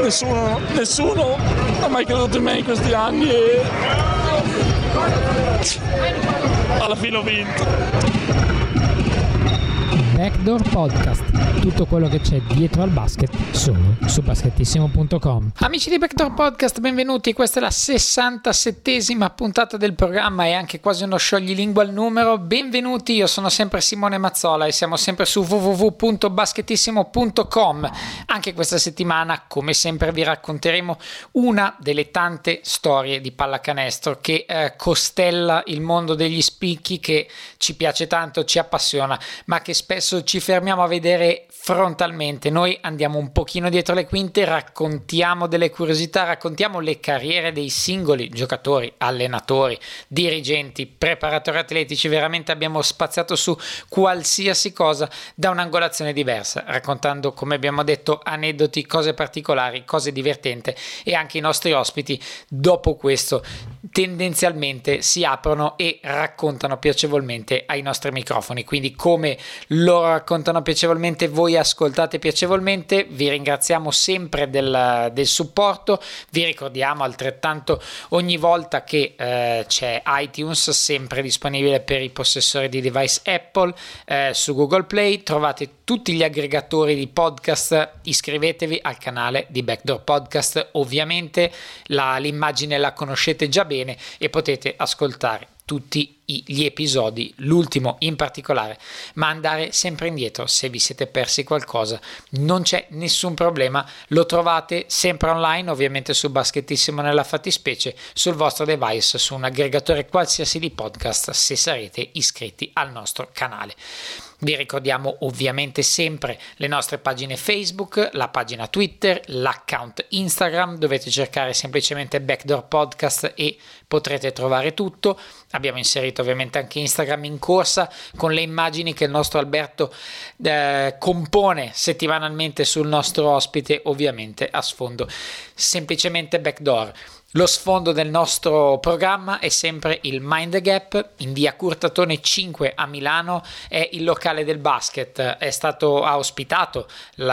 nessuno ha mai creduto in me in questi anni e alla fine ho vinto. Backdoor Podcast, tutto quello che c'è dietro al basket solo su basketissimo.com. Amici di Backdoor Podcast, benvenuti. Questa è la 67esima puntata del programma e anche quasi uno scioglilingua al numero. Benvenuti, io sono sempre Simone Mazzola e siamo sempre su www.basketissimo.com. Anche questa settimana, come sempre, vi racconteremo una delle tante storie di pallacanestro che costella il mondo degli spicchi, che ci piace tanto, ci appassiona, ma che spesso ci fermiamo a vedere frontalmente. Noi andiamo un pochino dietro le quinte, raccontiamo delle curiosità, raccontiamo le carriere dei singoli giocatori, allenatori, dirigenti, preparatori atletici. Veramente abbiamo spaziato su qualsiasi cosa da un'angolazione diversa, raccontando, come abbiamo detto, aneddoti, cose particolari, cose divertenti, e anche i nostri ospiti dopo questo tendenzialmente si aprono e raccontano piacevolmente ai nostri microfoni. Quindi, come loro raccontano piacevolmente, voi ascoltate piacevolmente. Vi ringraziamo sempre del supporto. Vi ricordiamo altrettanto ogni volta che c'è iTunes, sempre disponibile per i possessori di device Apple. Su Google Play trovate tutti gli aggregatori di podcast. Iscrivetevi al canale di Backdoor Podcast, ovviamente l'immagine la conoscete già bene e potete ascoltare tutti gli episodi, l'ultimo in particolare, ma andare sempre indietro se vi siete persi qualcosa non c'è nessun problema, lo trovate sempre online, ovviamente su Basketissimo nella fattispecie, sul vostro device, su un aggregatore qualsiasi di podcast, se sarete iscritti al nostro canale. Vi ricordiamo ovviamente sempre le nostre pagine Facebook, la pagina Twitter, l'account Instagram. Dovete cercare semplicemente Backdoor Podcast e potrete trovare tutto. Abbiamo inserito ovviamente anche Instagram in corsa con le immagini che il nostro Alberto compone settimanalmente sul nostro ospite, ovviamente a sfondo semplicemente Backdoor. Lo sfondo del nostro programma è sempre il Mind the Gap in via Curtatone 5 a Milano, è il locale del basket, ha ospitato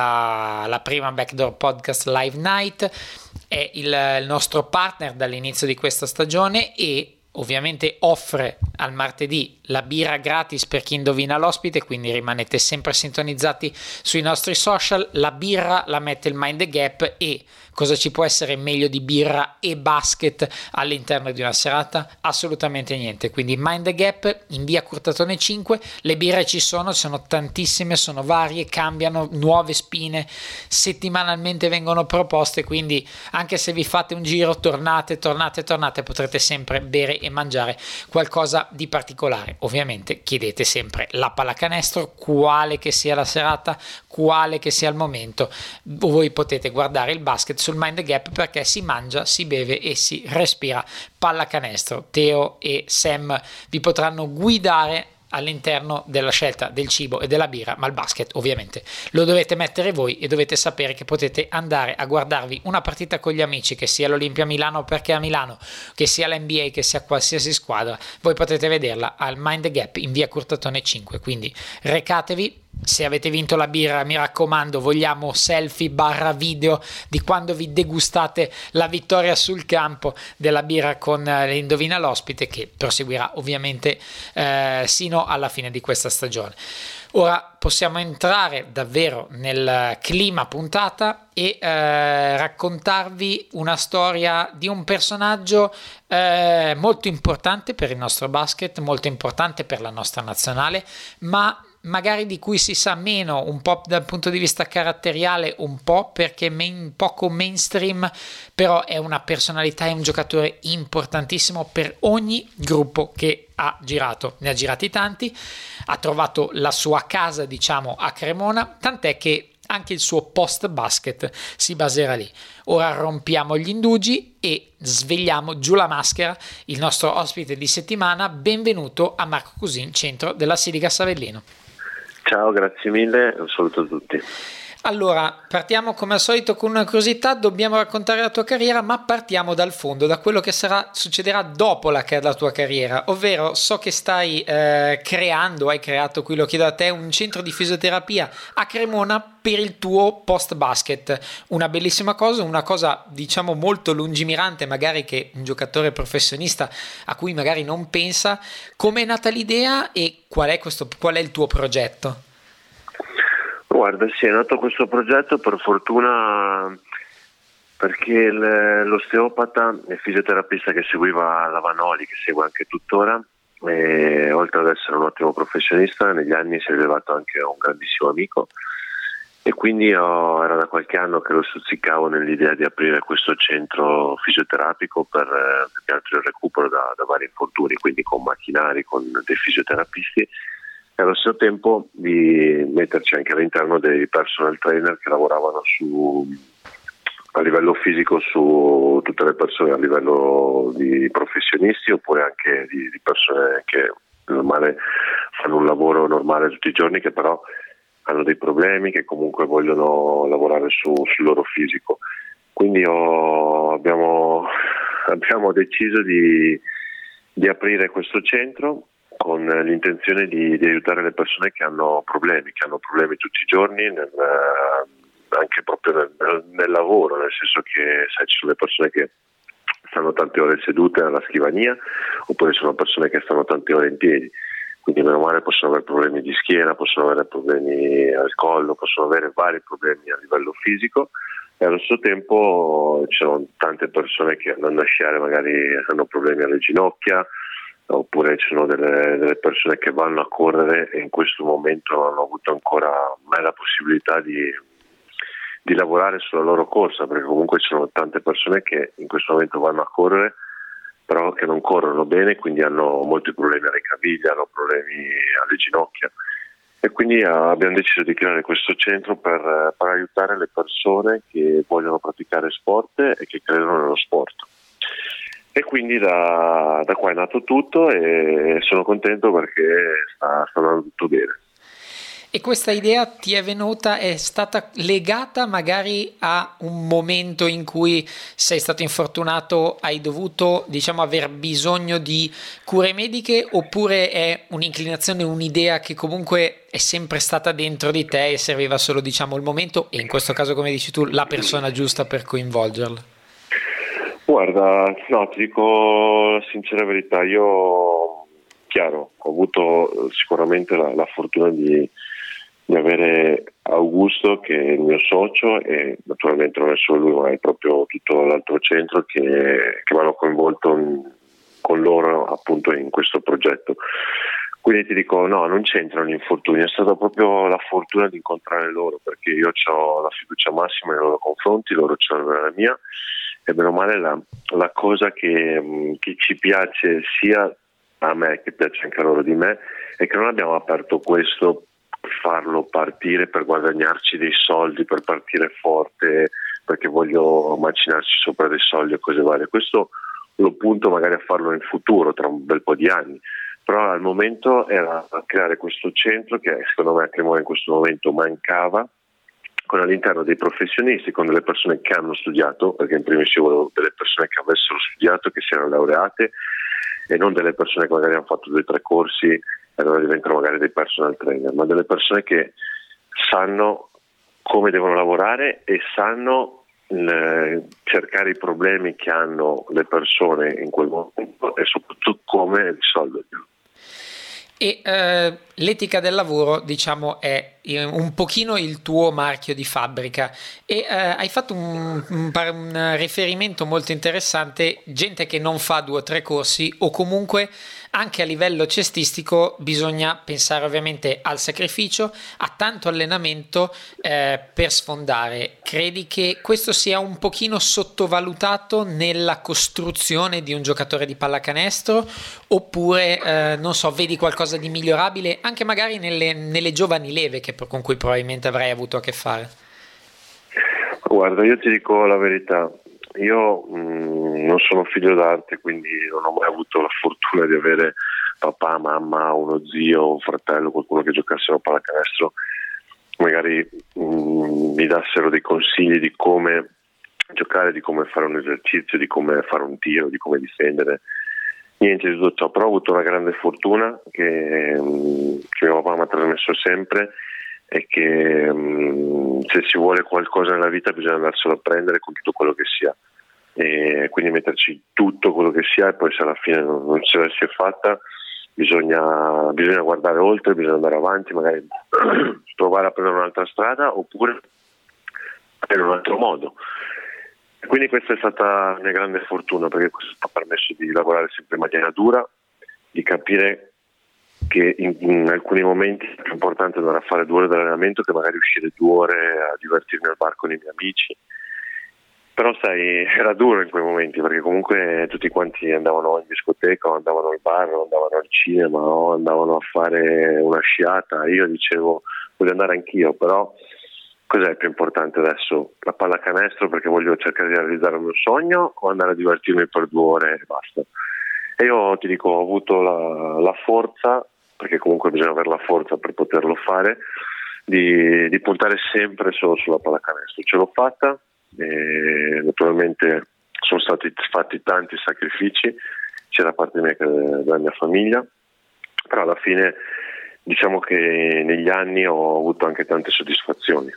la prima Backdoor Podcast Live Night, è il nostro partner dall'inizio di questa stagione e ovviamente offre al martedì la birra gratis per chi indovina l'ospite, quindi rimanete sempre sintonizzati sui nostri social. La birra la mette il Mind the Gap e cosa ci può essere meglio di birra e basket all'interno di una serata? Assolutamente niente. Quindi Mind the Gap in via Curtatone 5, le birre ci sono tantissime, sono varie, cambiano, nuove spine settimanalmente vengono proposte, quindi anche se vi fate un giro tornate, potrete sempre bere e mangiare qualcosa di particolare. Ovviamente chiedete sempre la pallacanestro, quale che sia la serata, quale che sia il momento, voi potete guardare il basket sul Mind the Gap perché si mangia, si beve e si respira pallacanestro. Teo e Sam vi potranno guidare all'interno della scelta del cibo e della birra, ma il basket ovviamente lo dovete mettere voi e dovete sapere che potete andare a guardarvi una partita con gli amici, che sia l'Olimpia Milano perché è a Milano, che sia l'NBA, che sia qualsiasi squadra, voi potete vederla al Mind the Gap in via Curtatone 5, quindi recatevi. Se avete vinto la birra, mi raccomando, vogliamo selfie / video di quando vi degustate la vittoria sul campo della birra con l'Indovina l'ospite, che proseguirà ovviamente sino alla fine di questa stagione. Ora possiamo entrare davvero nel clima puntata e raccontarvi una storia di un personaggio molto importante per il nostro basket, molto importante per la nostra nazionale, ma magari di cui si sa meno, un po' dal punto di vista caratteriale, un po' perché poco mainstream, però è una personalità e un giocatore importantissimo per ogni gruppo che ha girato. Ne ha girati tanti, ha trovato la sua casa, diciamo, a Cremona, tant'è che anche il suo post basket si baserà lì. Ora rompiamo gli indugi e svegliamo giù la maschera. Il nostro ospite di settimana, benvenuto a Marco Cusin, centro della Siliga Savellino. Ciao, grazie mille, un saluto a tutti. Allora, partiamo come al solito con una curiosità, dobbiamo raccontare la tua carriera, ma partiamo dal fondo, da quello che succederà dopo la tua carriera, ovvero so che stai hai creato, qui lo chiedo a te, un centro di fisioterapia a Cremona per il tuo post basket, una bellissima cosa, una cosa diciamo molto lungimirante, magari che un giocatore professionista a cui magari non pensa. Come è nata l'idea e qual è il tuo progetto? Guarda, sì, è nato questo progetto per fortuna perché l'osteopata e fisioterapista che seguiva la Vanoli, che segue anche tuttora, oltre ad essere un ottimo professionista, negli anni si è rivelato anche un grandissimo amico, e quindi era da qualche anno che lo stuzzicavo nell'idea di aprire questo centro fisioterapico per più altro il recupero da vari infortuni, quindi con macchinari, con dei fisioterapisti, e allo stesso tempo di metterci anche all'interno dei personal trainer che lavoravano a livello fisico su tutte le persone, a livello di professionisti oppure anche di persone che normale fanno un lavoro normale tutti i giorni, che però hanno dei problemi, che comunque vogliono lavorare sul loro fisico. Quindi abbiamo deciso di aprire questo centro con l'intenzione di aiutare le persone che hanno problemi tutti i giorni, anche proprio nel lavoro, nel senso che sai, ci sono le persone che stanno tante ore sedute alla scrivania, oppure sono persone che stanno tante ore in piedi, quindi meno male possono avere problemi di schiena, possono avere problemi al collo, possono avere vari problemi a livello fisico, e allo stesso tempo ci sono tante persone che andando a sciare magari hanno problemi alle ginocchia, oppure ci sono delle persone che vanno a correre e in questo momento non hanno avuto ancora mai la possibilità di lavorare sulla loro corsa, perché comunque ci sono tante persone che in questo momento vanno a correre però che non corrono bene, quindi hanno molti problemi alle caviglie, hanno problemi alle ginocchia, e quindi abbiamo deciso di creare questo centro per aiutare le persone che vogliono praticare sport e che credono nello sport. E quindi da qua è nato tutto e sono contento perché sta andando tutto bene. E questa idea ti è venuta, è stata legata magari a un momento in cui sei stato infortunato, hai dovuto, diciamo, aver bisogno di cure mediche, oppure è un'inclinazione, un'idea che comunque è sempre stata dentro di te e serviva solo, diciamo, il momento e in questo caso, come dici tu, la persona giusta per coinvolgerla? Guarda, no, ti dico la sincera verità, io, chiaro, ho avuto sicuramente la fortuna di avere Augusto, che è il mio socio, e naturalmente non è solo lui, ma è proprio tutto l'altro centro che mi hanno coinvolto con loro appunto in questo progetto. Quindi ti dico, no, non c'entrano gli infortuni, è stata proprio la fortuna di incontrare loro, perché io ho la fiducia massima nei loro confronti, loro c'hanno la mia, e bene o male la cosa che ci piace sia a me, che piace anche a loro di me, è che non abbiamo aperto questo per farlo partire, per guadagnarci dei soldi, per partire forte, perché voglio macinarci sopra dei soldi o cose varie. Questo lo punto magari a farlo in futuro, tra un bel po' di anni, però al momento era creare questo centro che secondo me a Cremona in questo momento mancava, con all'interno dei professionisti, con delle persone che hanno studiato, perché in primis io volevo delle persone che avessero studiato, che siano laureate, e non delle persone che magari hanno fatto 2 o 3 corsi e allora diventano magari dei personal trainer, ma delle persone che sanno come devono lavorare e sanno cercare i problemi che hanno le persone in quel momento e soprattutto come risolverli. E l'etica del lavoro, diciamo, è un pochino il tuo marchio di fabbrica, e hai fatto un riferimento molto interessante, gente che non fa 2 o 3 corsi, o comunque anche a livello cestistico bisogna pensare ovviamente al sacrificio, a tanto allenamento per sfondare. Credi che questo sia un pochino sottovalutato nella costruzione di un giocatore di pallacanestro, oppure non so, vedi qualcosa di migliorabile anche magari nelle giovani leve con cui probabilmente avrai avuto a che fare? Guarda, io ti dico la verità, io non sono figlio d'arte, quindi non ho mai avuto la fortuna di avere papà, mamma, uno zio, un fratello, qualcuno che giocasse a pallacanestro magari mi dassero dei consigli di come giocare, di come fare un esercizio, di come fare un tiro, di come difendere. Niente di tutto ciò, però ho avuto una grande fortuna che mio papà mi ha trasmesso sempre, è che se si vuole qualcosa nella vita bisogna andarselo a prendere con tutto quello che sia, e quindi metterci tutto quello che sia, e poi se alla fine non ce la si è fatta bisogna guardare oltre, bisogna andare avanti, magari provare a prendere un'altra strada oppure in un altro modo. Quindi questa è stata la mia grande fortuna, perché questo mi ha permesso di lavorare sempre in maniera dura, di capire che in alcuni momenti è più importante andare a fare 2 ore di allenamento che magari uscire 2 ore a divertirmi al bar con i miei amici. Però sai, era duro in quei momenti, perché comunque tutti quanti andavano in discoteca, o andavano al bar, o andavano al cinema, o andavano a fare una sciata. Io dicevo voglio andare anch'io, però cos'è più importante adesso? La pallacanestro perché voglio cercare di realizzare il mio sogno, o andare a divertirmi per 2 ore e basta? E io ti dico, ho avuto la forza, perché comunque bisogna avere la forza per poterlo fare, di puntare sempre solo sulla pallacanestro. Ce l'ho fatta, e naturalmente sono stati fatti tanti sacrifici sia da parte mia che della mia famiglia, però alla fine diciamo che negli anni ho avuto anche tante soddisfazioni.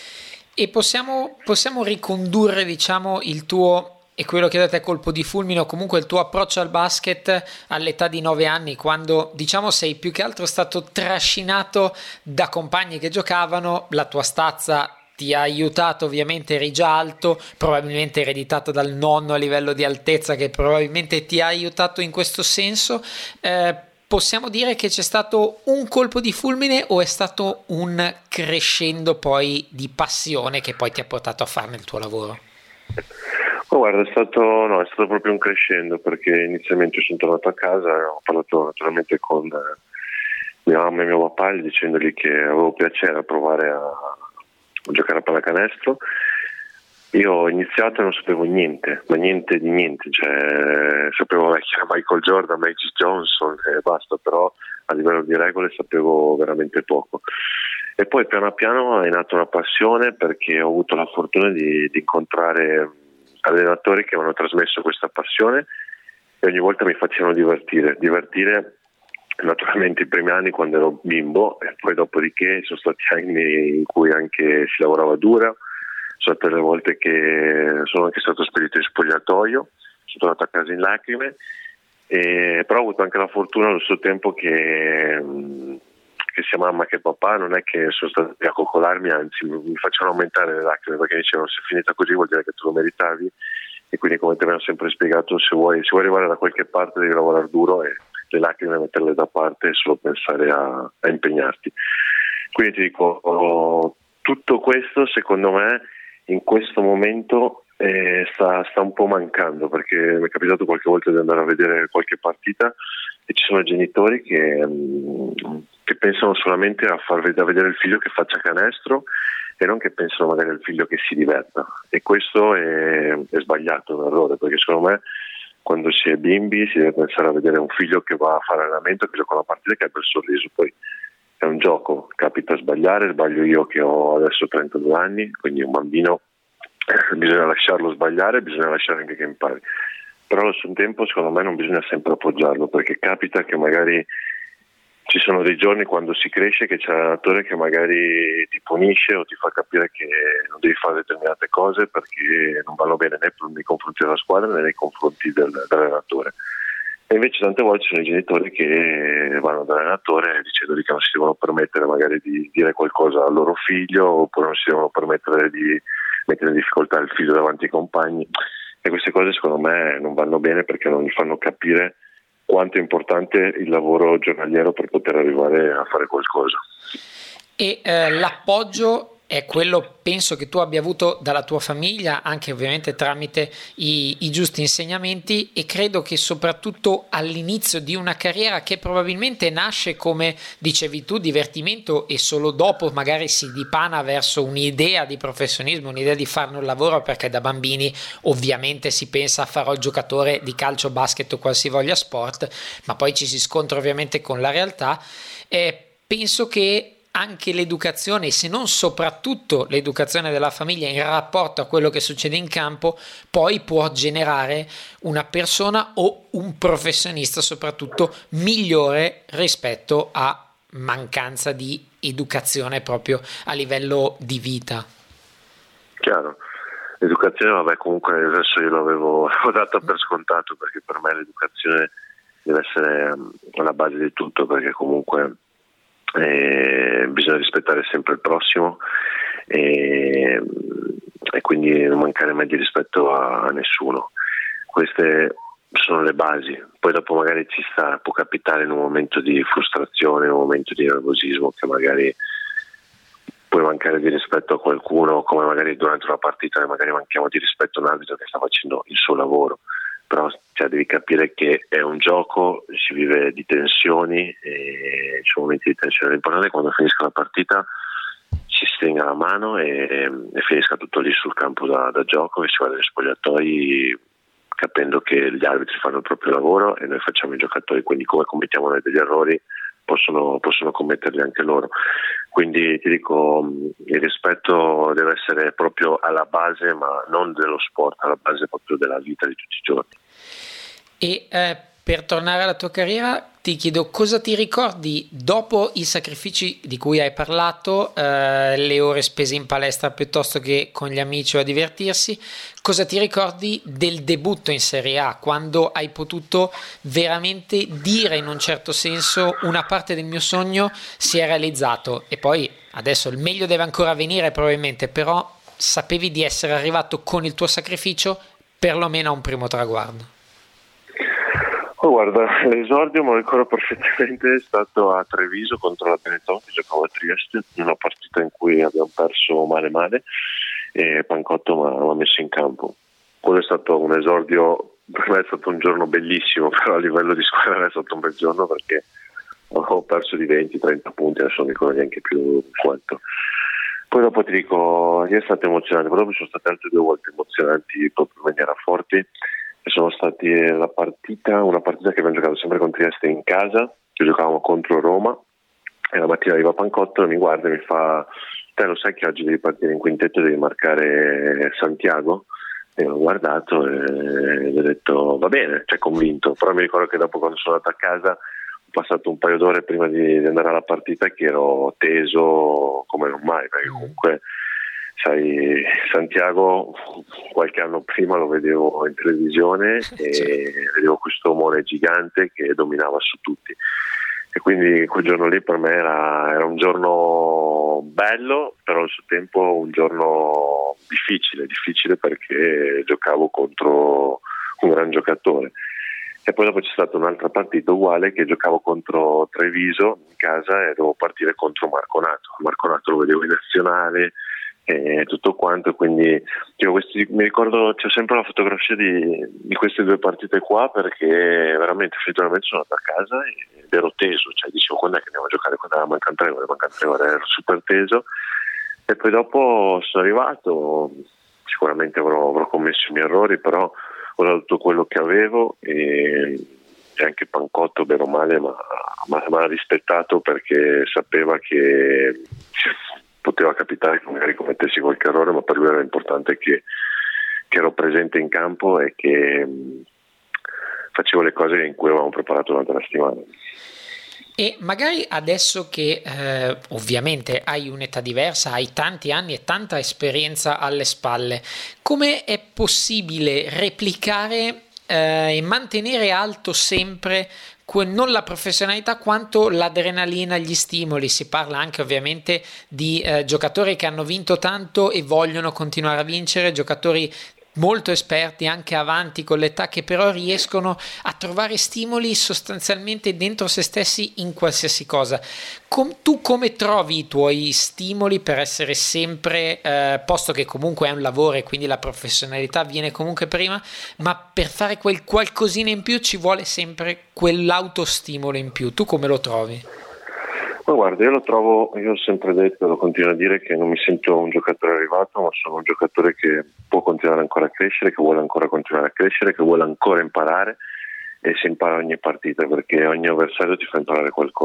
E possiamo ricondurre, diciamo, il tuo, e quello che da te colpo di fulmine, o comunque il tuo approccio al basket all'età di 9 anni, quando diciamo sei più che altro stato trascinato da compagni che giocavano, la tua stazza ti ha aiutato, ovviamente eri già alto, probabilmente ereditato dal nonno a livello di altezza che probabilmente ti ha aiutato in questo senso. Possiamo dire che c'è stato un colpo di fulmine o è stato un crescendo poi di passione che poi ti ha portato a farne il tuo lavoro? Oh, guarda, è stato proprio un crescendo, perché inizialmente sono tornato a casa e ho parlato naturalmente con mia mamma e mio papà dicendogli che avevo piacere a provare a giocare a pallacanestro. Io ho iniziato e non sapevo niente, ma niente di niente, cioè sapevo Michael Jordan, Magic Johnson e basta, però a livello di regole sapevo veramente poco. E poi piano piano è nata una passione, perché ho avuto la fortuna di incontrare allenatori che mi hanno trasmesso questa passione e ogni volta mi facevano divertire naturalmente i primi anni quando ero bimbo, e poi dopodiché sono stati anni in cui anche si lavorava dura. Sono state le volte che sono anche stato spedito in spogliatoio, sono tornato a casa in lacrime, però ho avuto anche la fortuna allo stesso tempo che sia mamma che papà non è che sono stati a coccolarmi, anzi mi facevano aumentare le lacrime, perché dicevano se è finita così vuol dire che tu lo meritavi, e quindi come te mi hanno sempre spiegato, se vuoi arrivare da qualche parte devi lavorare duro e le lacrime metterle da parte e solo pensare a impegnarti. Quindi ti dico, tutto questo secondo me in questo momento sta un po' mancando, perché mi è capitato qualche volta di andare a vedere qualche partita e ci sono genitori che pensano solamente a vedere il figlio che faccia canestro e non che pensano magari al figlio che si diverta, e questo è sbagliato, è un errore, perché secondo me quando si è bimbi si deve pensare a vedere un figlio che va a fare allenamento, che gioca una partita e che ha quel sorriso. Poi è un gioco, capita a sbaglio io che ho adesso 32 anni, quindi un bambino bisogna lasciarlo sbagliare, bisogna lasciare anche che impari, però allo stesso tempo secondo me non bisogna sempre appoggiarlo, perché capita che magari ci sono dei giorni quando si cresce che c'è l'allenatore che magari ti punisce o ti fa capire che non devi fare determinate cose perché non vanno bene né nei confronti della squadra né nei confronti dell'allenatore. E invece tante volte sono i genitori che vanno dall'allenatore dicendogli che non si devono permettere magari di dire qualcosa al loro figlio, oppure non si devono permettere di mettere in difficoltà il figlio davanti ai compagni, e queste cose secondo me non vanno bene, perché non gli fanno capire quanto è importante il lavoro giornaliero per poter arrivare a fare qualcosa. E l'appoggio è quello, penso, che tu abbia avuto dalla tua famiglia, anche ovviamente tramite i giusti insegnamenti, e credo che soprattutto all'inizio di una carriera che probabilmente nasce come dicevi tu, divertimento, e solo dopo magari si dipana verso un'idea di professionismo, un'idea di farne un lavoro, perché da bambini ovviamente si pensa farò il giocatore di calcio, basket o qualsivoglia sport, ma poi ci si scontra ovviamente con la realtà. Penso che anche l'educazione, se non soprattutto l'educazione della famiglia in rapporto a quello che succede in campo, poi può generare una persona o un professionista soprattutto migliore rispetto a mancanza di educazione proprio a livello di vita. Chiaro. L'educazione, vabbè, comunque adesso io l'avevo dato per scontato, perché per me l'educazione deve essere alla base di tutto, perché comunque bisogna rispettare sempre il prossimo e quindi non mancare mai di rispetto a nessuno. Queste sono le basi, poi dopo magari può capitare in un momento di frustrazione, in un momento di nervosismo, che magari puoi mancare di rispetto a qualcuno, come magari durante una partita magari manchiamo di rispetto a un arbitro che sta facendo il suo lavoro, però devi capire che è un gioco, si vive di tensioni e ci sono momenti di tensione. L'importante è che quando finisca la partita si stringa la mano e finisca tutto lì sul campo da gioco, e si vada agli spogliatoi capendo che gli arbitri fanno il proprio lavoro e noi facciamo i giocatori, quindi come commettiamo noi degli errori possono commetterli anche loro. Quindi ti dico, il rispetto deve essere proprio alla base, ma non dello sport, alla base proprio della vita di tutti i giorni. E per tornare alla tua carriera ti chiedo cosa ti ricordi dopo i sacrifici di cui hai parlato, le ore spese in palestra piuttosto che con gli amici o a divertirsi, cosa ti ricordi del debutto in Serie A, quando hai potuto veramente dire in un certo senso una parte del mio sogno si è realizzato, e poi adesso il meglio deve ancora venire probabilmente, però sapevi di essere arrivato con il tuo sacrificio perlomeno a un primo traguardo? Oh, guarda, l'esordio me lo ricordo perfettamente, è stato a Treviso contro la Benetton, che giocavo a Trieste, in una partita in cui abbiamo perso male e Pancotto mi ha messo in campo. Quello è stato un esordio, per me è stato un giorno bellissimo, però a livello di squadra è stato un bel giorno perché ho perso di 20-30 punti, adesso non mi ricordo neanche più quanto. Poi dopo ti dico, è stato emozionante, poi dopo ci sono state altre 2 volte emozionanti proprio in maniera forte. Sono stati una partita che abbiamo giocato sempre con Trieste in casa, che giocavamo contro Roma, e la mattina arriva Pancotto e mi guarda e mi fa: te lo sai che oggi devi partire in quintetto e devi marcare Santiago? E l'ho guardato e gli ho detto va bene, convinto, però mi ricordo che dopo, quando sono andato a casa, ho passato un paio d'ore prima di andare alla partita che ero teso come non mai, perché comunque sai, Santiago qualche anno prima lo vedevo in televisione e vedevo questo omone gigante che dominava su tutti, e quindi quel giorno lì per me era un giorno bello, però allo stesso tempo un giorno difficile perché giocavo contro un gran giocatore. E poi dopo c'è stata un'altra partita uguale, che giocavo contro Treviso in casa e dovevo partire contro Marconato lo vedevo in nazionale e tutto quanto, quindi mi ricordo, c'è sempre la fotografia di queste 2 partite qua, perché veramente effettivamente sono andato a casa ed ero teso, dicevo quando è che andiamo a giocare, quando mancano 3 ore, ero super teso. E poi dopo sono arrivato, sicuramente avrò commesso i miei errori, però ho dato tutto quello che avevo e anche Pancotto, bene o male, ma ha rispettato, perché sapeva che poteva capitare che magari commettessi qualche errore, ma per lui era importante che ero presente in campo e che facevo le cose in cui avevamo preparato durante la settimana. E magari adesso che ovviamente hai un'età diversa, hai tanti anni e tanta esperienza alle spalle, come è possibile replicare e mantenere alto sempre non la professionalità quanto l'adrenalina, gli stimoli? Si parla anche ovviamente di giocatori che hanno vinto tanto e vogliono continuare a vincere, giocatori molto esperti anche avanti con l'età, che però riescono a trovare stimoli sostanzialmente dentro se stessi in qualsiasi cosa. Tu come trovi i tuoi stimoli per essere sempre, posto che comunque è un lavoro e quindi la professionalità viene comunque prima, ma per fare quel qualcosina in più ci vuole sempre quell'autostimolo in più? Tu come lo trovi? Ma guarda, io ho sempre detto, lo continuo a dire, che non mi sento un giocatore arrivato, ma sono un giocatore che può continuare ancora a crescere, che vuole ancora continuare a crescere, che vuole ancora imparare, e si impara ogni partita, perché ogni avversario ti fa imparare qualcosa.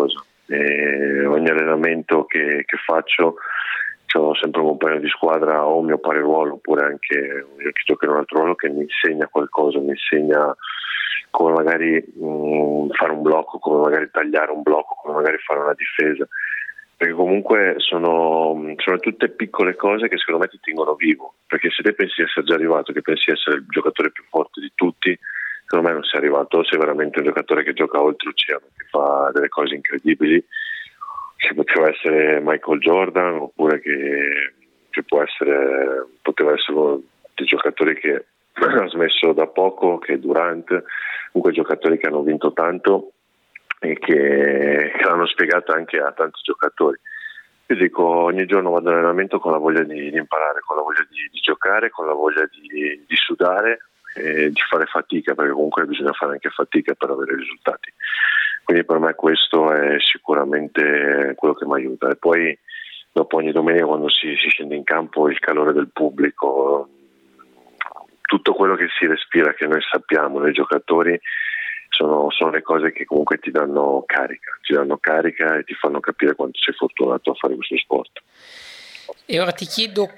e ogni allenamento che faccio ho sempre un compagno di squadra o mio pari ruolo oppure anche chi gioca in un altro ruolo che mi insegna qualcosa, mi insegna come magari fare un blocco, come magari tagliare un blocco, come magari fare una difesa, perché comunque sono tutte piccole cose che secondo me ti tengono vivo, perché se te pensi di essere già arrivato, che pensi di essere il giocatore più forte di tutti, secondo me non sei arrivato, sei veramente un giocatore che gioca oltreoceano, che fa delle cose incredibili, che poteva essere Michael Jordan oppure che poteva essere uno dei giocatori che ha smesso da poco, che è Durant, comunque giocatori che hanno vinto tanto e che l'hanno spiegato anche a tanti giocatori. Io dico, ogni giorno vado all'allenamento con la voglia di imparare, con la voglia di giocare, con la voglia di sudare e di fare fatica, perché comunque bisogna fare anche fatica per avere risultati. Quindi per me questo è sicuramente quello che mi aiuta. E poi dopo ogni domenica quando si scende in campo, il calore del pubblico, tutto quello che si respira, che noi sappiamo, noi giocatori, sono le cose che comunque ti danno carica e ti fanno capire quanto sei fortunato a fare questo sport. E ora ti chiedo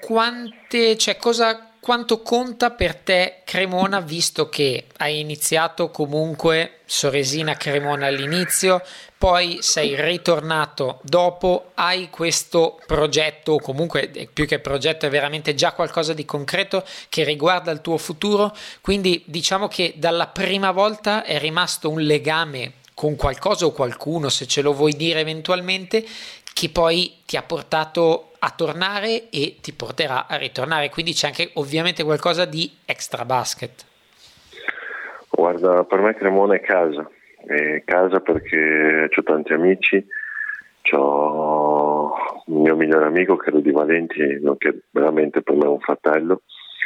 quanto conta per te Cremona, visto che hai iniziato comunque Soresina Cremona all'inizio, poi sei ritornato dopo, hai questo progetto, o comunque più che progetto è veramente già qualcosa di concreto che riguarda il tuo futuro, quindi diciamo che dalla prima volta è rimasto un legame con qualcosa o qualcuno, se ce lo vuoi dire eventualmente, che poi ti ha portato a tornare e ti porterà a ritornare, quindi c'è anche ovviamente qualcosa di extra basket. Guarda, per me Cremona è casa perché ho tanti amici, ho un mio migliore amico che è Rudy Valenti, che veramente per me è un fratello,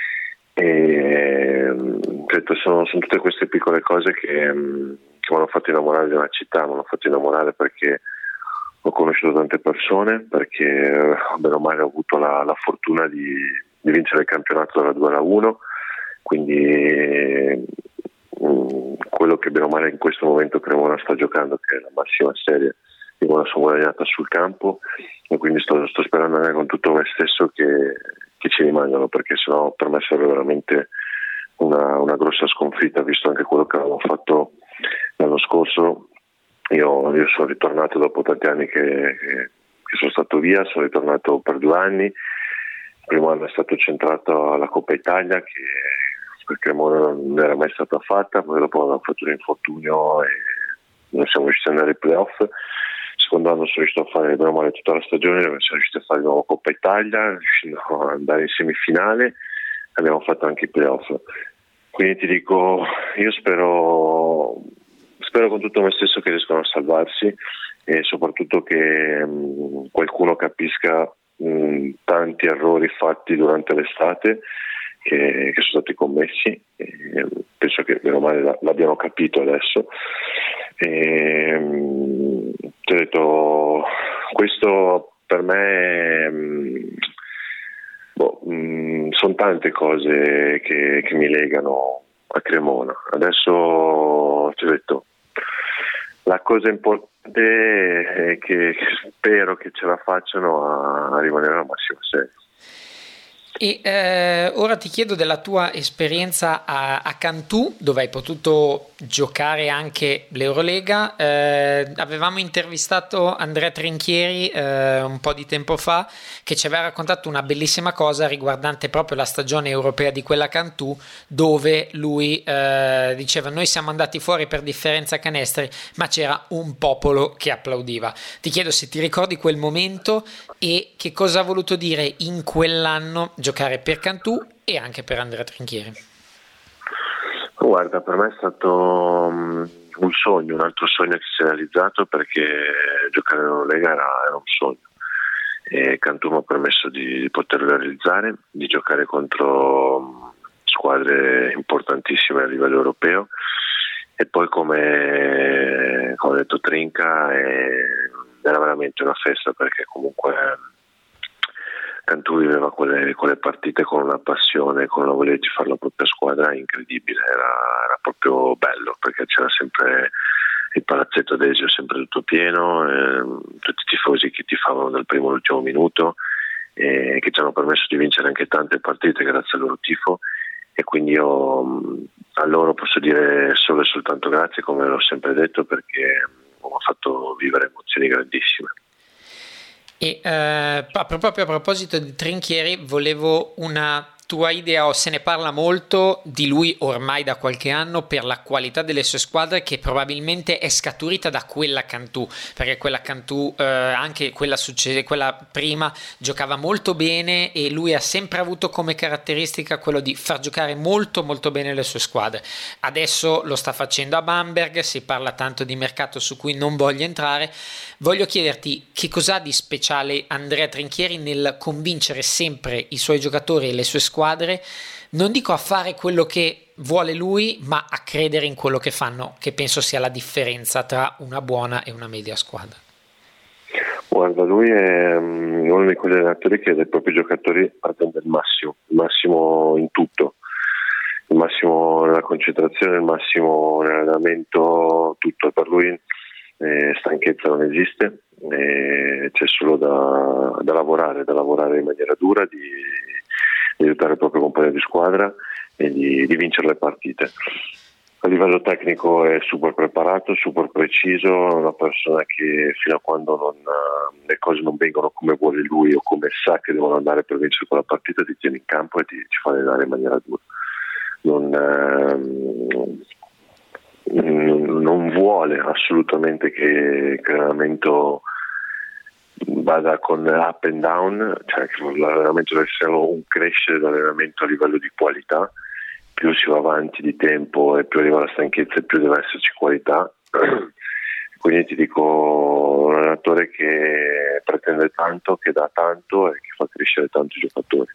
e sono tutte queste piccole cose che mi hanno fatto innamorare di una città, mi hanno fatto innamorare perché ho conosciuto tante persone, perché bene o male ho avuto la fortuna di vincere il campionato dalla 2 alla 1, quindi quello che bene o male in questo momento Cremona sta giocando, che è la massima serie, io me la sono guadagnata sul campo e quindi sto sperando anche con tutto me stesso che ci rimangano, perché sennò per me sarebbe veramente una grossa sconfitta, visto anche quello che avevamo fatto l'anno scorso. Io sono ritornato dopo tanti anni che sono stato via, sono ritornato per 2 anni. Il primo anno è stato centrato alla Coppa Italia, che perché non era mai stata fatta, poi dopo avevo fatto un infortunio e non siamo riusciti ad andare ai playoff. Il secondo anno sono riuscito a fare bene o male tutta la stagione, siamo riusciti a fare di nuovo Coppa Italia, riuscendo ad andare in semifinale, abbiamo fatto anche i playoff. Quindi ti dico, io spero con tutto me stesso che riescano a salvarsi e soprattutto che qualcuno capisca tanti errori fatti durante l'estate che sono stati commessi, e penso che meno male l'abbiano capito adesso. E, ti ho detto, questo per me sono tante cose che mi legano a Cremona. Adesso ti ho detto, la cosa importante è che spero che ce la facciano a rimanere alla massima serie. E ora ti chiedo della tua esperienza a Cantù, dove hai potuto giocare anche l'Eurolega. Avevamo intervistato Andrea Trinchieri un po' di tempo fa, che ci aveva raccontato una bellissima cosa riguardante proprio la stagione europea di quella Cantù, dove lui diceva: noi siamo andati fuori per differenza canestri, ma c'era un popolo che applaudiva. Ti chiedo se ti ricordi quel momento e che cosa ha voluto dire in quell'anno giocare per Cantù e anche per Andrea Trinchieri. Guarda, per me è stato un altro sogno che si è realizzato, perché giocare in Eurolega era un sogno e Cantù mi ha permesso di poterlo realizzare, di giocare contro squadre importantissime a livello europeo, e poi come ha detto Trinca era veramente una festa, perché comunque Cantù viveva quelle partite con una passione, con la voglia di fare la propria squadra incredibile, era proprio bello, perché c'era sempre il palazzetto Desio è sempre tutto pieno, tutti i tifosi che tifavano dal primo all'ultimo minuto, che ci hanno permesso di vincere anche tante partite grazie al loro tifo, e quindi io a loro posso dire solo e soltanto grazie, come l'ho sempre detto, perché mi ha fatto vivere emozioni grandissime. E proprio a proposito di Trinchieri, volevo una tua idea, o se ne parla molto di lui ormai da qualche anno per la qualità delle sue squadre, che probabilmente è scaturita da quella Cantù, perché quella Cantù, anche quella prima, giocava molto bene, e lui ha sempre avuto come caratteristica quello di far giocare molto molto bene le sue squadre. Adesso lo sta facendo a Bamberg, si parla tanto di mercato su cui non voglio entrare. Voglio chiederti che cos'ha di speciale Andrea Trinchieri nel convincere sempre i suoi giocatori e le sue squadre, non dico a fare quello che vuole lui, ma a credere in quello che fanno, che penso sia la differenza tra una buona e una media squadra. Guarda, lui è uno di quegli allenatori che dai propri giocatori pretende il massimo in tutto, il massimo nella concentrazione, il massimo nell'allenamento, tutto. Per lui stanchezza non esiste, c'è solo da lavorare in maniera dura, di aiutare il proprio compagno di squadra e di vincere le partite. A livello tecnico è super preparato, super preciso, una persona che fino a quando le cose non vengono come vuole lui o come sa che devono andare per vincere quella partita, ti tiene in campo e ci fa allenare in maniera dura. Non vuole assolutamente che l'allenamento vada con up and down, cioè che l'allenamento deve essere un crescere dell'allenamento a livello di qualità. Più si va avanti di tempo e più arriva la stanchezza e più deve esserci qualità. Quindi ti dico, un allenatore che pretende tanto, che dà tanto e che fa crescere tanto i giocatori.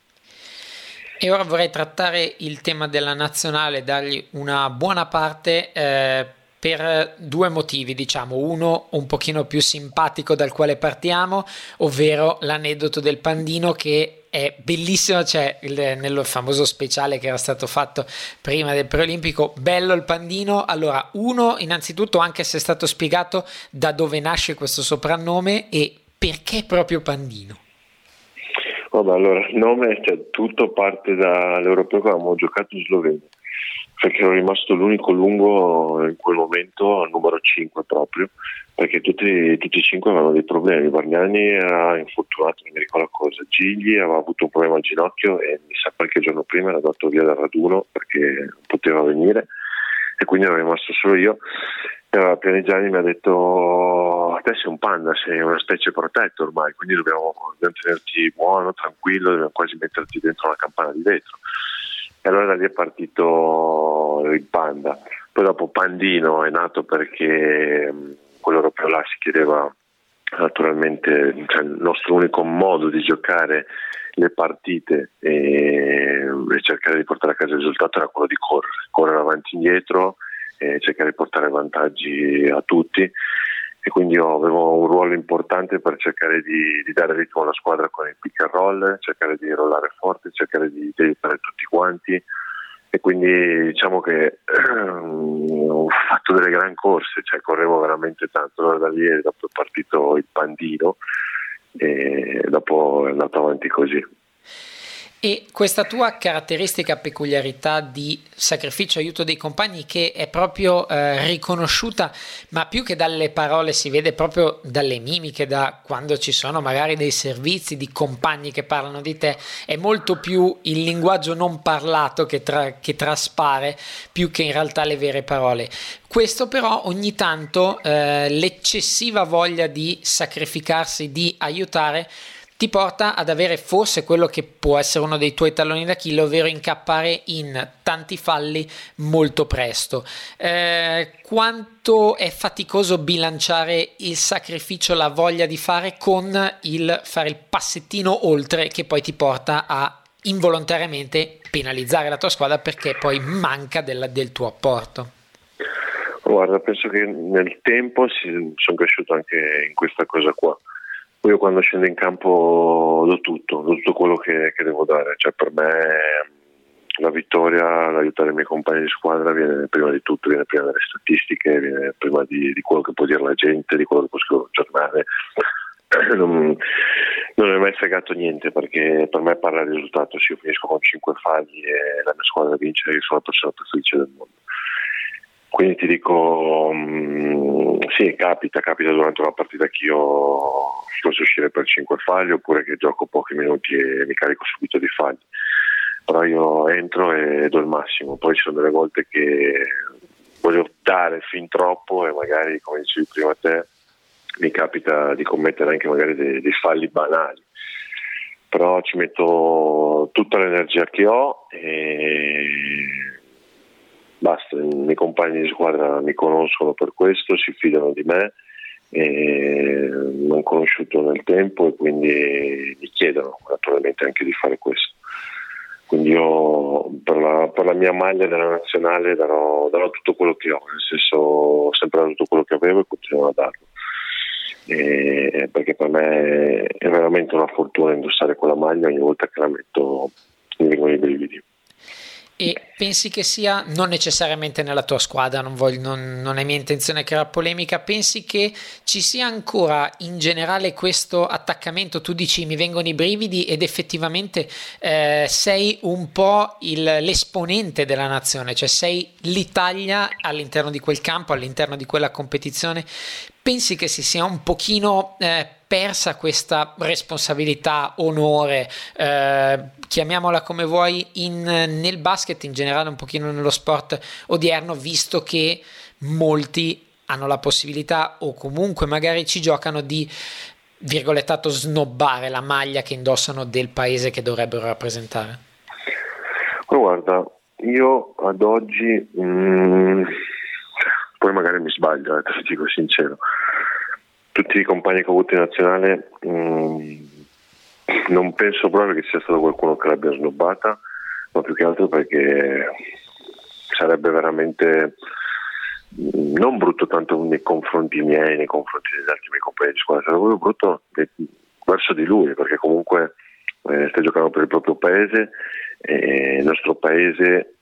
E ora vorrei trattare il tema della nazionale, dargli una buona parte per due motivi, diciamo. Uno un pochino più simpatico dal quale partiamo, ovvero l'aneddoto del Pandino, che è bellissimo, cioè nel famoso speciale che era stato fatto prima del preolimpico. Bello il Pandino. Allora, uno, innanzitutto, anche se è stato spiegato da dove nasce questo soprannome e perché proprio Pandino. Vabbè, allora, il nome, tutto parte dall'Europeo che avevamo giocato in Slovenia, perché ero rimasto l'unico lungo in quel momento, al numero 5 proprio, perché tutti e 5 avevano dei problemi. Bargnani era infortunato, non mi ricordo cosa, Gigli aveva avuto un problema al ginocchio e mi sa qualche giorno prima era dato via dal raduno perché non poteva venire, e quindi ero rimasto solo io. E allora Pianigiani mi ha detto: te sei un panda, sei una specie protetta ormai, quindi dobbiamo tenerti buono, tranquillo, dobbiamo quasi metterti dentro una campana di vetro. E allora da lì è partito il Panda. Poi dopo Pandino è nato perché quell'Europeo là si chiedeva naturalmente, cioè, il nostro unico modo di giocare le partite e cercare di portare a casa il risultato era quello di correre avanti e indietro e cercare di portare vantaggi a tutti, e quindi io avevo un ruolo importante per cercare di dare ritmo alla squadra con il pick and roll, cercare di rollare forte, cercare di aiutare tutti quanti, e quindi diciamo che ho fatto delle gran corse, cioè correvo veramente tanto. Allora da lì dopo è partito il Pandino e dopo è andato avanti così. E questa tua caratteristica peculiarità di sacrificio, aiuto dei compagni, che è proprio riconosciuta, ma più che dalle parole si vede proprio dalle mimiche, da quando ci sono magari dei servizi di compagni che parlano di te, è molto più il linguaggio non parlato che traspare più che in realtà le vere parole. Questo però ogni tanto l'eccessiva voglia di sacrificarsi, di aiutare, ti porta ad avere forse quello che può essere uno dei tuoi talloni d'Achille, ovvero incappare in tanti falli molto presto. Quanto è faticoso bilanciare il sacrificio, la voglia di fare, con il fare il passettino oltre, che poi ti porta a involontariamente penalizzare la tua squadra perché poi manca del tuo apporto? Guarda, penso che nel tempo sono cresciuto anche in questa cosa qua. Io quando scendo in campo do tutto quello che devo dare, cioè per me la vittoria, l'aiutare i miei compagni di squadra viene prima di tutto, viene prima delle statistiche, viene prima di quello che può dire la gente, di quello che può scrivere un giornale. Non mi è mai fregato niente, perché per me parla il risultato. Se io finisco con 5 falli e la mia squadra vince, io sono la persona più felice del mondo. Quindi ti dico, sì, capita durante una partita che io posso uscire per 5 falli, oppure che gioco pochi minuti e mi carico subito di falli, però io entro e do il massimo. Poi ci sono delle volte che voglio dare fin troppo e magari, come dicevi prima te, mi capita di commettere anche magari dei falli banali, però ci metto tutta l'energia che ho e basta. I miei compagni di squadra mi conoscono per questo, si fidano di me, e mi hanno conosciuto nel tempo e quindi mi chiedono naturalmente anche di fare questo. Quindi io per la mia maglia della nazionale darò tutto quello che ho, nel senso, ho sempre dato tutto quello che avevo e continuerò a darlo. Perché per me è veramente una fortuna indossare quella maglia, ogni volta che la metto mi vengono i brividi. E pensi che sia, non necessariamente nella tua squadra, non è mia intenzione creare polemica, pensi che ci sia ancora in generale questo attaccamento? Tu dici mi vengono i brividi ed effettivamente sei un po' l'esponente della nazione, cioè sei l'Italia all'interno di quel campo, all'interno di quella competizione. Pensi che si sia un pochino persa questa responsabilità, onore, chiamiamola come vuoi, nel basket in generale, un pochino nello sport odierno, visto che molti hanno la possibilità, o comunque magari ci giocano, di virgolettato snobbare la maglia che indossano del paese che dovrebbero rappresentare? Guarda, io ad oggi poi magari mi sbaglio, ti dico sincero, tutti i compagni che ho avuto in nazionale non penso proprio che sia stato qualcuno che l'abbia snobbata, ma più che altro perché sarebbe veramente non brutto tanto nei confronti miei, nei confronti degli altri miei compagni di squadra, sarebbe proprio brutto verso di lui, perché comunque stai giocando per il proprio paese e il nostro paese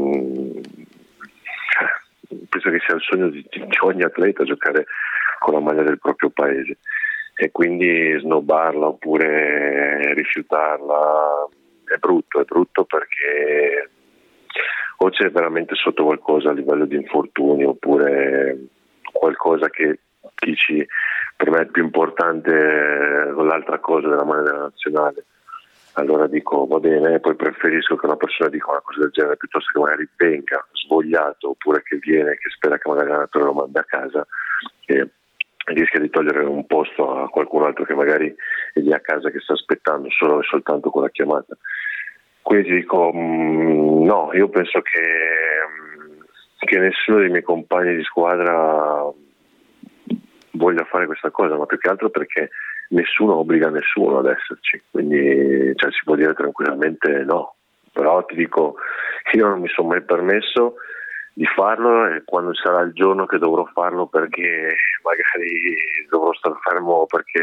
penso che sia il sogno di ogni atleta giocare con la maglia del proprio paese, e quindi snobbarla oppure rifiutarla è brutto perché o c'è veramente sotto qualcosa a livello di infortuni, oppure qualcosa che dici per me è più importante l'altra cosa della maglia della nazionale. Allora dico va bene, poi preferisco che una persona dica una cosa del genere piuttosto che magari venga svogliato, oppure che viene, che spera che magari l'allenatore lo manda a casa e rischia di togliere un posto a qualcun altro che magari è lì a casa che sta aspettando solo e soltanto quella chiamata. Quindi dico no, io penso che nessuno dei miei compagni di squadra voglia fare questa cosa, ma più che altro perché nessuno obbliga nessuno ad esserci, quindi si può dire tranquillamente no. Però ti dico, io non mi sono mai permesso di farlo, e quando sarà il giorno che dovrò farlo, perché magari dovrò star fermo perché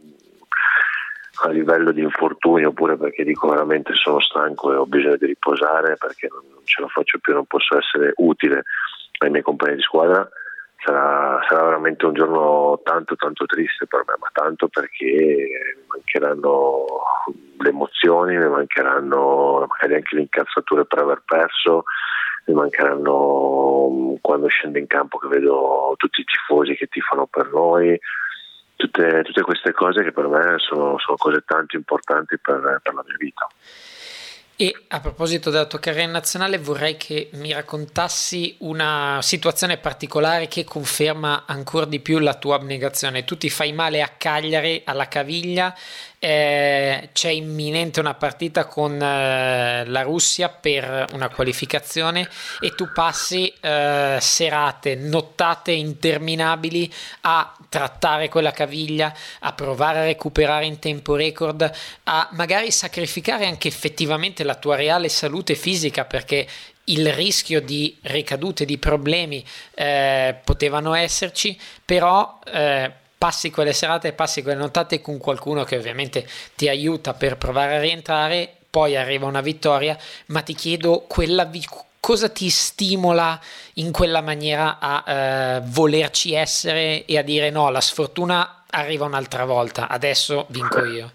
a livello di infortunio, oppure perché dico veramente sono stanco e ho bisogno di riposare perché non ce la faccio più, non posso essere utile ai miei compagni di squadra, sarà veramente un giorno tanto triste per me, ma tanto perché mi mancheranno le emozioni, mi mancheranno magari anche le incazzature per aver perso, mi mancheranno quando scendo in campo che vedo tutti i tifosi che tifano per noi, tutte queste cose che per me sono cose tanto importanti per la mia vita. E a proposito della tua carriera nazionale, vorrei che mi raccontassi una situazione particolare che conferma ancora di più la tua abnegazione. Tu ti fai male a Cagliari, alla caviglia, c'è imminente una partita con la Russia per una qualificazione e tu passi serate, nottate interminabili a trattare quella caviglia, a provare a recuperare in tempo record, a magari sacrificare anche effettivamente la tua reale salute fisica, perché il rischio di ricadute, di problemi potevano esserci, però passi quelle serate, passi quelle nottate con qualcuno che ovviamente ti aiuta per provare a rientrare, poi arriva una vittoria, ma ti chiedo cosa ti stimola in quella maniera a volerci essere e a dire no, la sfortuna arriva un'altra volta, adesso vinco io.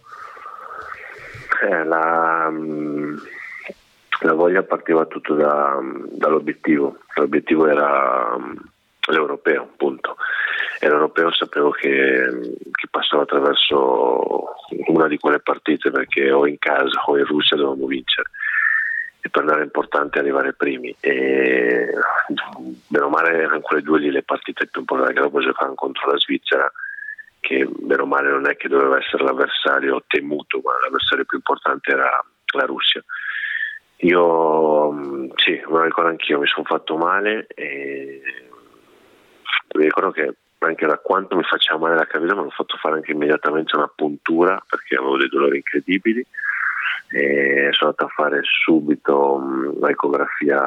La voglia partiva tutto dall'obiettivo. L'obiettivo era l'europeo, appunto. E l'europeo sapevo che passava attraverso una di quelle partite, perché o in casa o in Russia dovevamo vincere. E per noi era importante arrivare primi. E meno male erano quelle due lì le partite più importanti, che dopo giocavamo contro la Svizzera, che meno male non è che doveva essere l'avversario temuto, ma l'avversario più importante era la Russia. Io sì, me lo ricordo anch'io, mi sono fatto male e mi ricordo che anche da quanto mi faceva male la caviglia mi hanno fatto fare anche immediatamente una puntura, perché avevo dei dolori incredibili, e sono andato a fare subito l'ecografia,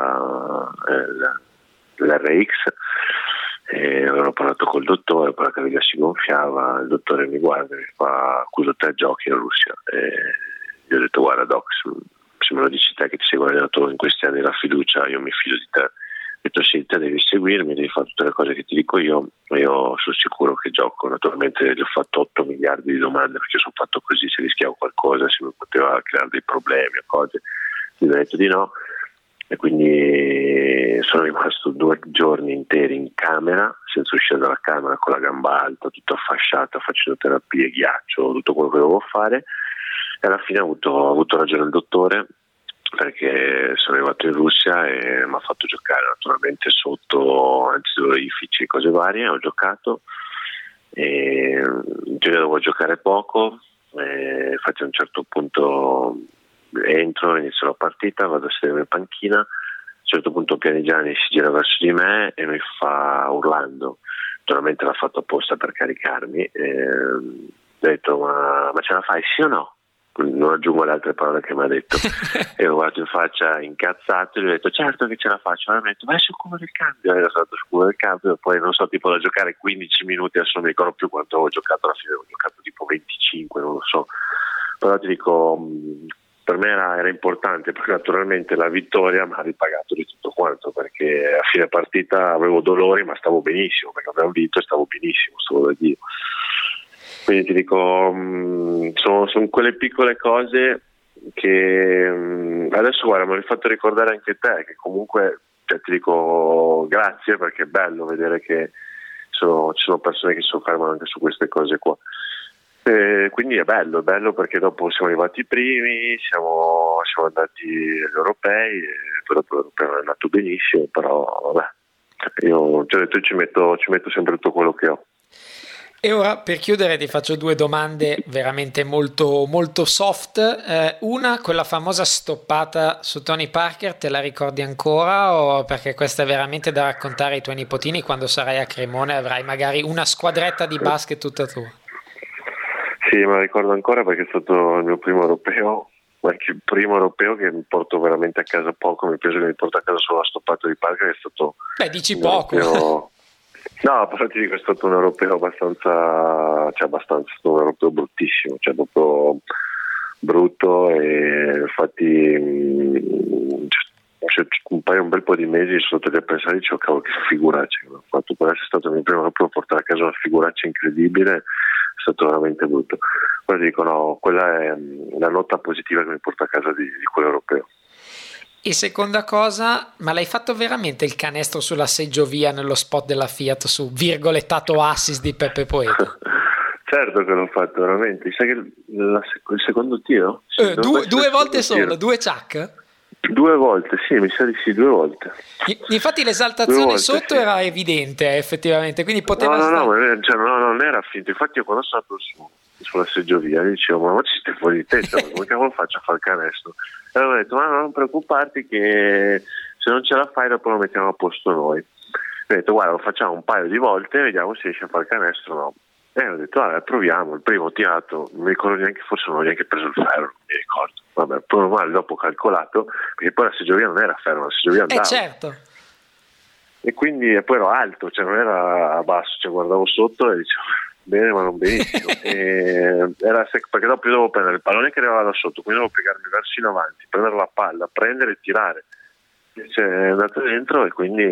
l'RX, e avevo parlato col dottore, poi la caviglia si gonfiava, il dottore mi guarda e mi fa: "Scusa, te giochi in Russia?" E gli ho detto: "Guarda Doc, se me lo dici te che ti sei guadagnato in questi anni la fiducia, io mi fido di te." Ho detto: "Sì, te devi seguirmi, devi fare tutte le cose che ti dico io sono sicuro che gioco." Naturalmente gli ho fatto 8 miliardi di domande, perché sono fatto così, se rischiavo qualcosa, se mi poteva creare dei problemi o cose, gli ho detto di no. E quindi sono rimasto 2 giorni interi in camera, senza uscire dalla camera, con la gamba alta, tutta affasciata, facendo terapie, ghiaccio, tutto quello che dovevo fare. E alla fine ha avuto ragione il dottore, perché sono arrivato in Russia e mi ha fatto giocare naturalmente sotto antidolorifici e cose varie. Ho giocato e in teoria dovevo giocare poco, e infatti a un certo punto entro, inizio la partita, vado a sedermi in panchina. A un certo punto Pianigiani si gira verso di me e mi fa, urlando, naturalmente l'ha fatto apposta per caricarmi, ho detto: ma ce la fai, sì o no? Non aggiungo le altre parole che mi ha detto. E l'ho guardato in faccia incazzato e gli ho detto: "Certo che ce la faccio." E mi ha detto: "Vai sul culo del cambio." Era stato sul culo del cambio, poi non so, tipo da giocare 15 minuti, adesso non mi ricordo più quanto avevo giocato, alla fine avevo giocato tipo 25, non lo so. Però ti dico, per me era importante, perché naturalmente la vittoria mi ha ripagato di tutto quanto, perché a fine partita avevo dolori ma stavo benissimo, perché abbiamo vinto e stavo benissimo, stavo da Dio. Quindi ti dico, sono quelle piccole cose che adesso, guarda, me l'hai fatto ricordare anche te, che comunque ti dico grazie, perché è bello vedere che ci sono persone che si soffermano anche su queste cose qua. Quindi è bello perché dopo siamo arrivati primi, siamo andati agli europei, e poi dopo l'europeo non è andato benissimo, però vabbè, io ci metto sempre tutto quello che ho. E ora, per chiudere, ti faccio 2 domande veramente molto, molto soft. Una, quella famosa stoppata su Tony Parker, te la ricordi ancora? O perché questa è veramente da raccontare ai tuoi nipotini quando sarai a Cremone, avrai magari una squadretta di basket tutta tua? Sì, me la ricordo ancora, perché è stato il mio primo europeo, anche il primo europeo che mi porto veramente a casa poco. Mi penso che mi porto a casa solo la stoppata di Parker, che è stato... dici poco! Europeo... No, però ti dico, è stato un europeo abbastanza, è stato un europeo bruttissimo, proprio brutto, e infatti un bel po' di mesi sono stati a pensare, dicevo: "Cavolo, che figuraccia che ho fatto, per essere stato il mio primo europeo, portare a casa una figuraccia incredibile, è stato veramente brutto." Poi dico, no, quella è la nota positiva che mi porta a casa di quell'europeo. E seconda cosa, ma l'hai fatto veramente il canestro sulla seggiovia nello spot della Fiat su virgolettato assist di Peppe Poeta? Certo che l'ho fatto, veramente. Sai che il secondo tiro? Sì, due volte solo, 2 chuck? 2 volte, sì, mi sa di sì, 2 volte. Infatti l'esaltazione sotto, sì, era evidente, effettivamente, quindi poteva no, non era finto. Infatti io quando sono stato sulla seggiovia dicevo: "Ma ci stai fuori di testa, come cavolo faccio a fare il canestro?" E allora ho detto: "Ma non preoccuparti, che se non ce la fai dopo lo mettiamo a posto noi." Ho detto: "Guarda, lo facciamo un paio di volte, vediamo se riesce a fare il canestro o no." E ho detto: "Allora, proviamo." Il primo tirato, non mi ricordo neanche, forse non ho neanche preso il ferro, non mi ricordo. Vabbè, poi normale, dopo ho calcolato, perché poi la seggiovia non era ferro, la seggiovia andava. Certo. E quindi poi ero alto, non era a basso, guardavo sotto e dicevo: bene ma non benissimo. Perché dopo io dovevo prendere il pallone che arrivava da sotto, quindi dovevo piegarmi verso in avanti, prendere la palla, prendere e tirare. È andato dentro e quindi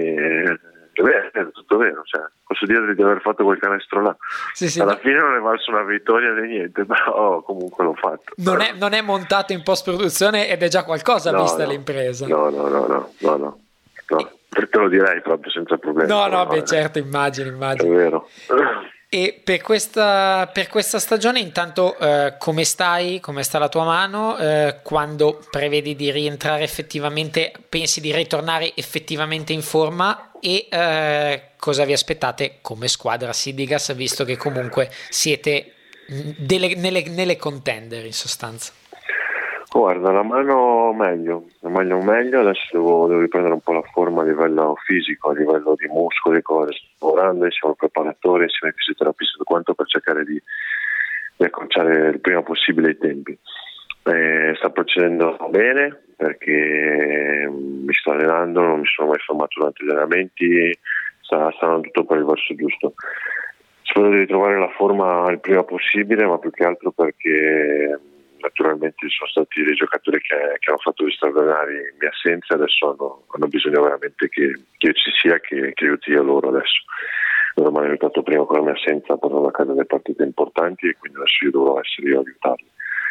è tutto vero, cioè, posso dire di aver fatto quel canestro là. Sì, alla fine non è valso una vittoria né niente, però comunque l'ho fatto. Non è montato in post produzione ed è già qualcosa vista l'impresa. No, te lo direi proprio senza problemi. Beh, certo, immagino. È vero. E per questa stagione intanto come stai? Come sta la tua mano? Quando prevedi di rientrare effettivamente, pensi di ritornare effettivamente in forma? E cosa vi aspettate come squadra Sidigas, visto che comunque siete nelle contender in sostanza? Guarda, la mano meglio, adesso devo riprendere un po' la forma a livello fisico, a livello di muscoli, cose, sto lavorando insieme al preparatore, insieme ai fisioterapisti, tutto quanto per cercare di accorciare il prima possibile i tempi. Sta procedendo bene perché mi sto allenando, non mi sono mai fermato durante gli allenamenti, sta andando tutto per il verso giusto. Spero di ritrovare la forma il prima possibile, ma più che altro perché naturalmente ci sono stati dei giocatori che hanno fatto gli straordinari in mia assenza, adesso hanno bisogno veramente che io ci sia, che aiuti io loro adesso. Loro mi hanno aiutato prima con la mia assenza, portando a casa delle partite importanti e quindi adesso io dovrò essere io a aiutarli.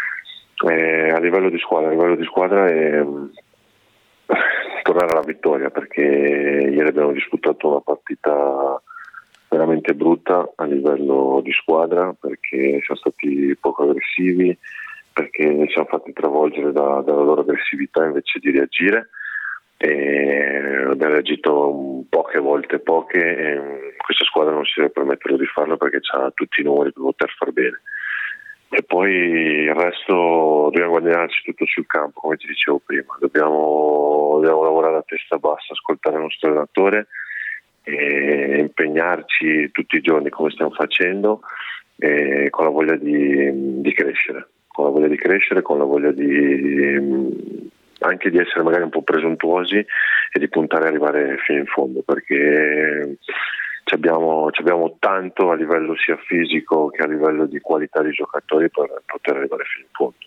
A livello di squadra è tornare alla vittoria, perché ieri abbiamo disputato una partita veramente brutta a livello di squadra, perché siamo stati poco aggressivi, perché ci siamo fatti travolgere dalla loro aggressività invece di reagire, e abbiamo reagito poche volte e questa squadra non si deve permettere di farlo perché ha tutti i numeri per poter far bene. E poi il resto dobbiamo guadagnarci tutto sul campo, come ti dicevo prima, dobbiamo lavorare a testa bassa, ascoltare il nostro allenatore e impegnarci tutti i giorni come stiamo facendo, con la voglia di crescere, con la voglia anche di essere magari un po' presuntuosi e di puntare ad arrivare fino in fondo, perché abbiamo tanto a livello sia fisico che a livello di qualità di giocatori per poter arrivare fino in fondo.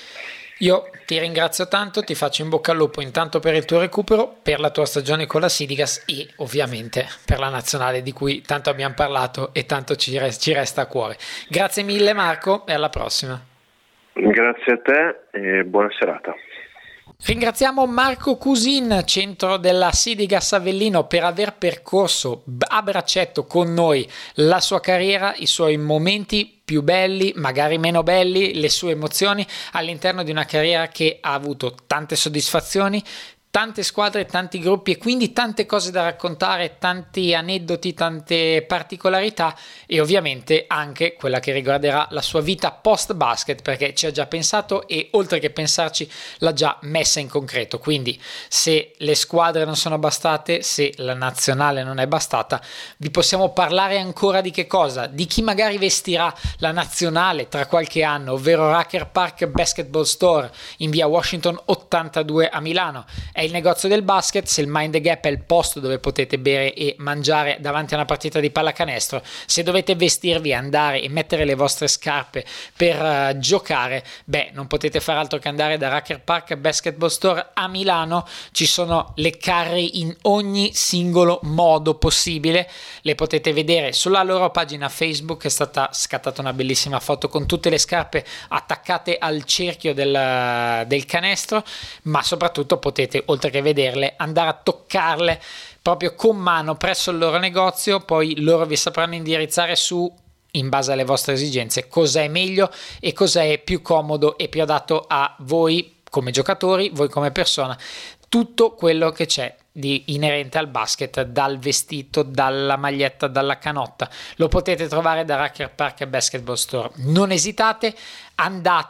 Io ti ringrazio tanto, ti faccio in bocca al lupo intanto per il tuo recupero, per la tua stagione con la Sidigas e ovviamente per la nazionale di cui tanto abbiamo parlato e tanto ci resta a cuore. Grazie mille Marco e alla prossima. Grazie a te e buona serata. Ringraziamo Marco Cusin, centro della Sidigas Avellino, per aver percorso a braccetto con noi la sua carriera, i suoi momenti più belli, magari meno belli, le sue emozioni all'interno di una carriera che ha avuto tante soddisfazioni, tante squadre, tanti gruppi e quindi tante cose da raccontare, tanti aneddoti, tante particolarità e ovviamente anche quella che riguarderà la sua vita post basket, perché ci ha già pensato e oltre che pensarci l'ha già messa in concreto. Quindi se le squadre non sono bastate, se la nazionale non è bastata, vi possiamo parlare ancora di che cosa? Di chi magari vestirà la nazionale tra qualche anno, ovvero Rucker Park Basketball Store in via Washington 82 a Milano. È il negozio del basket. Se il Mind the Gap è il posto dove potete bere e mangiare davanti a una partita di pallacanestro, se dovete vestirvi, andare e mettere le vostre scarpe per giocare, non potete fare altro che andare da Rucker Park Basketball Store a Milano. Ci sono le carri in ogni singolo modo possibile, le potete vedere sulla loro pagina Facebook. È stata scattata una bellissima foto con tutte le scarpe attaccate al cerchio del canestro, ma soprattutto potete, oltre che vederle, andare a toccarle proprio con mano presso il loro negozio. Poi loro vi sapranno indirizzare su, in base alle vostre esigenze, cosa è meglio e cosa è più comodo e più adatto a voi come giocatori, voi come persona, tutto quello che c'è di inerente al basket, dal vestito, dalla maglietta, dalla canotta, lo potete trovare da Rucker Park Basketball Store. Non esitate, andate,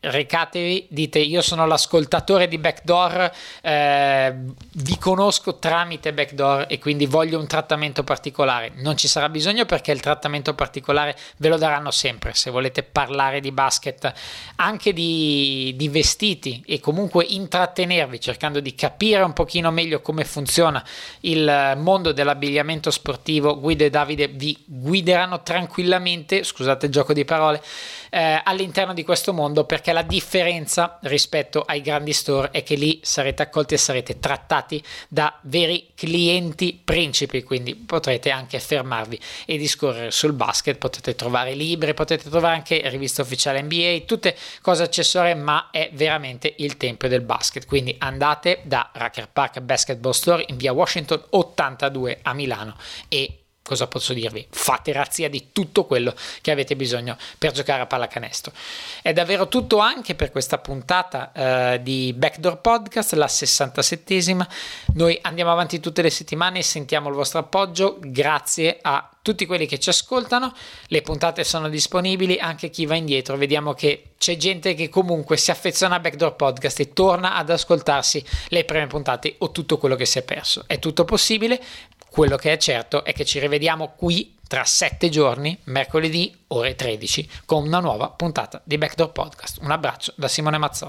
recatevi, dite io sono l'ascoltatore di Backdoor, vi conosco tramite Backdoor e quindi voglio un trattamento particolare. Non ci sarà bisogno, perché il trattamento particolare ve lo daranno sempre. Se volete parlare di basket, anche di vestiti, e comunque intrattenervi cercando di capire un pochino meglio come funziona il mondo dell'abbigliamento sportivo, Guido e Davide vi guideranno tranquillamente, scusate il gioco di parole, all'interno di questo mondo, perché la differenza rispetto ai grandi store è che lì sarete accolti e sarete trattati da veri clienti principi, quindi potrete anche fermarvi e discorrere sul basket, potete trovare libri, potete trovare anche riviste ufficiali NBA, tutte cose accessorie, ma è veramente il tempio del basket. Quindi andate da Rucker Park Basketball Store in via Washington 82 a Milano e cosa posso dirvi? Fate razzia di tutto quello che avete bisogno per giocare a pallacanestro. È davvero tutto anche per questa puntata di Backdoor Podcast, la 67esima. Noi andiamo avanti tutte le settimane e sentiamo il vostro appoggio. Grazie a tutti quelli che ci ascoltano. Le puntate sono disponibili, anche chi va indietro. Vediamo che c'è gente che comunque si affeziona a Backdoor Podcast e torna ad ascoltarsi le prime puntate o tutto quello che si è perso. È tutto possibile. Quello che è certo è che ci rivediamo qui tra 7 giorni, mercoledì, ore 13, con una nuova puntata di Backdoor Podcast. Un abbraccio da Simone Mazzola.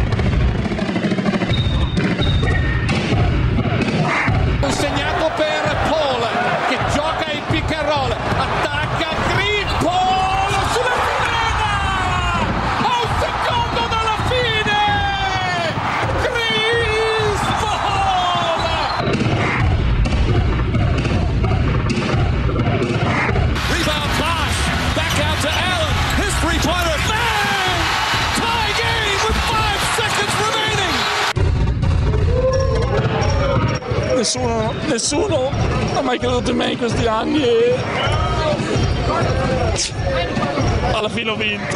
Segnato per Paul, che gioca il pick and roll, attacca Green, Paul sulla finestra, a un secondo dalla fine, Chris Paul! Rebound pass, back out to Allen, his three-pointer, bang! Tie game with 5 seconds remaining! Nessuno ha mai creduto in me in questi anni e alla fine ho vinto.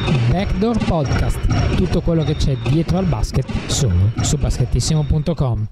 Backdoor Podcast, tutto quello che c'è dietro al basket solo su basketissimo.com.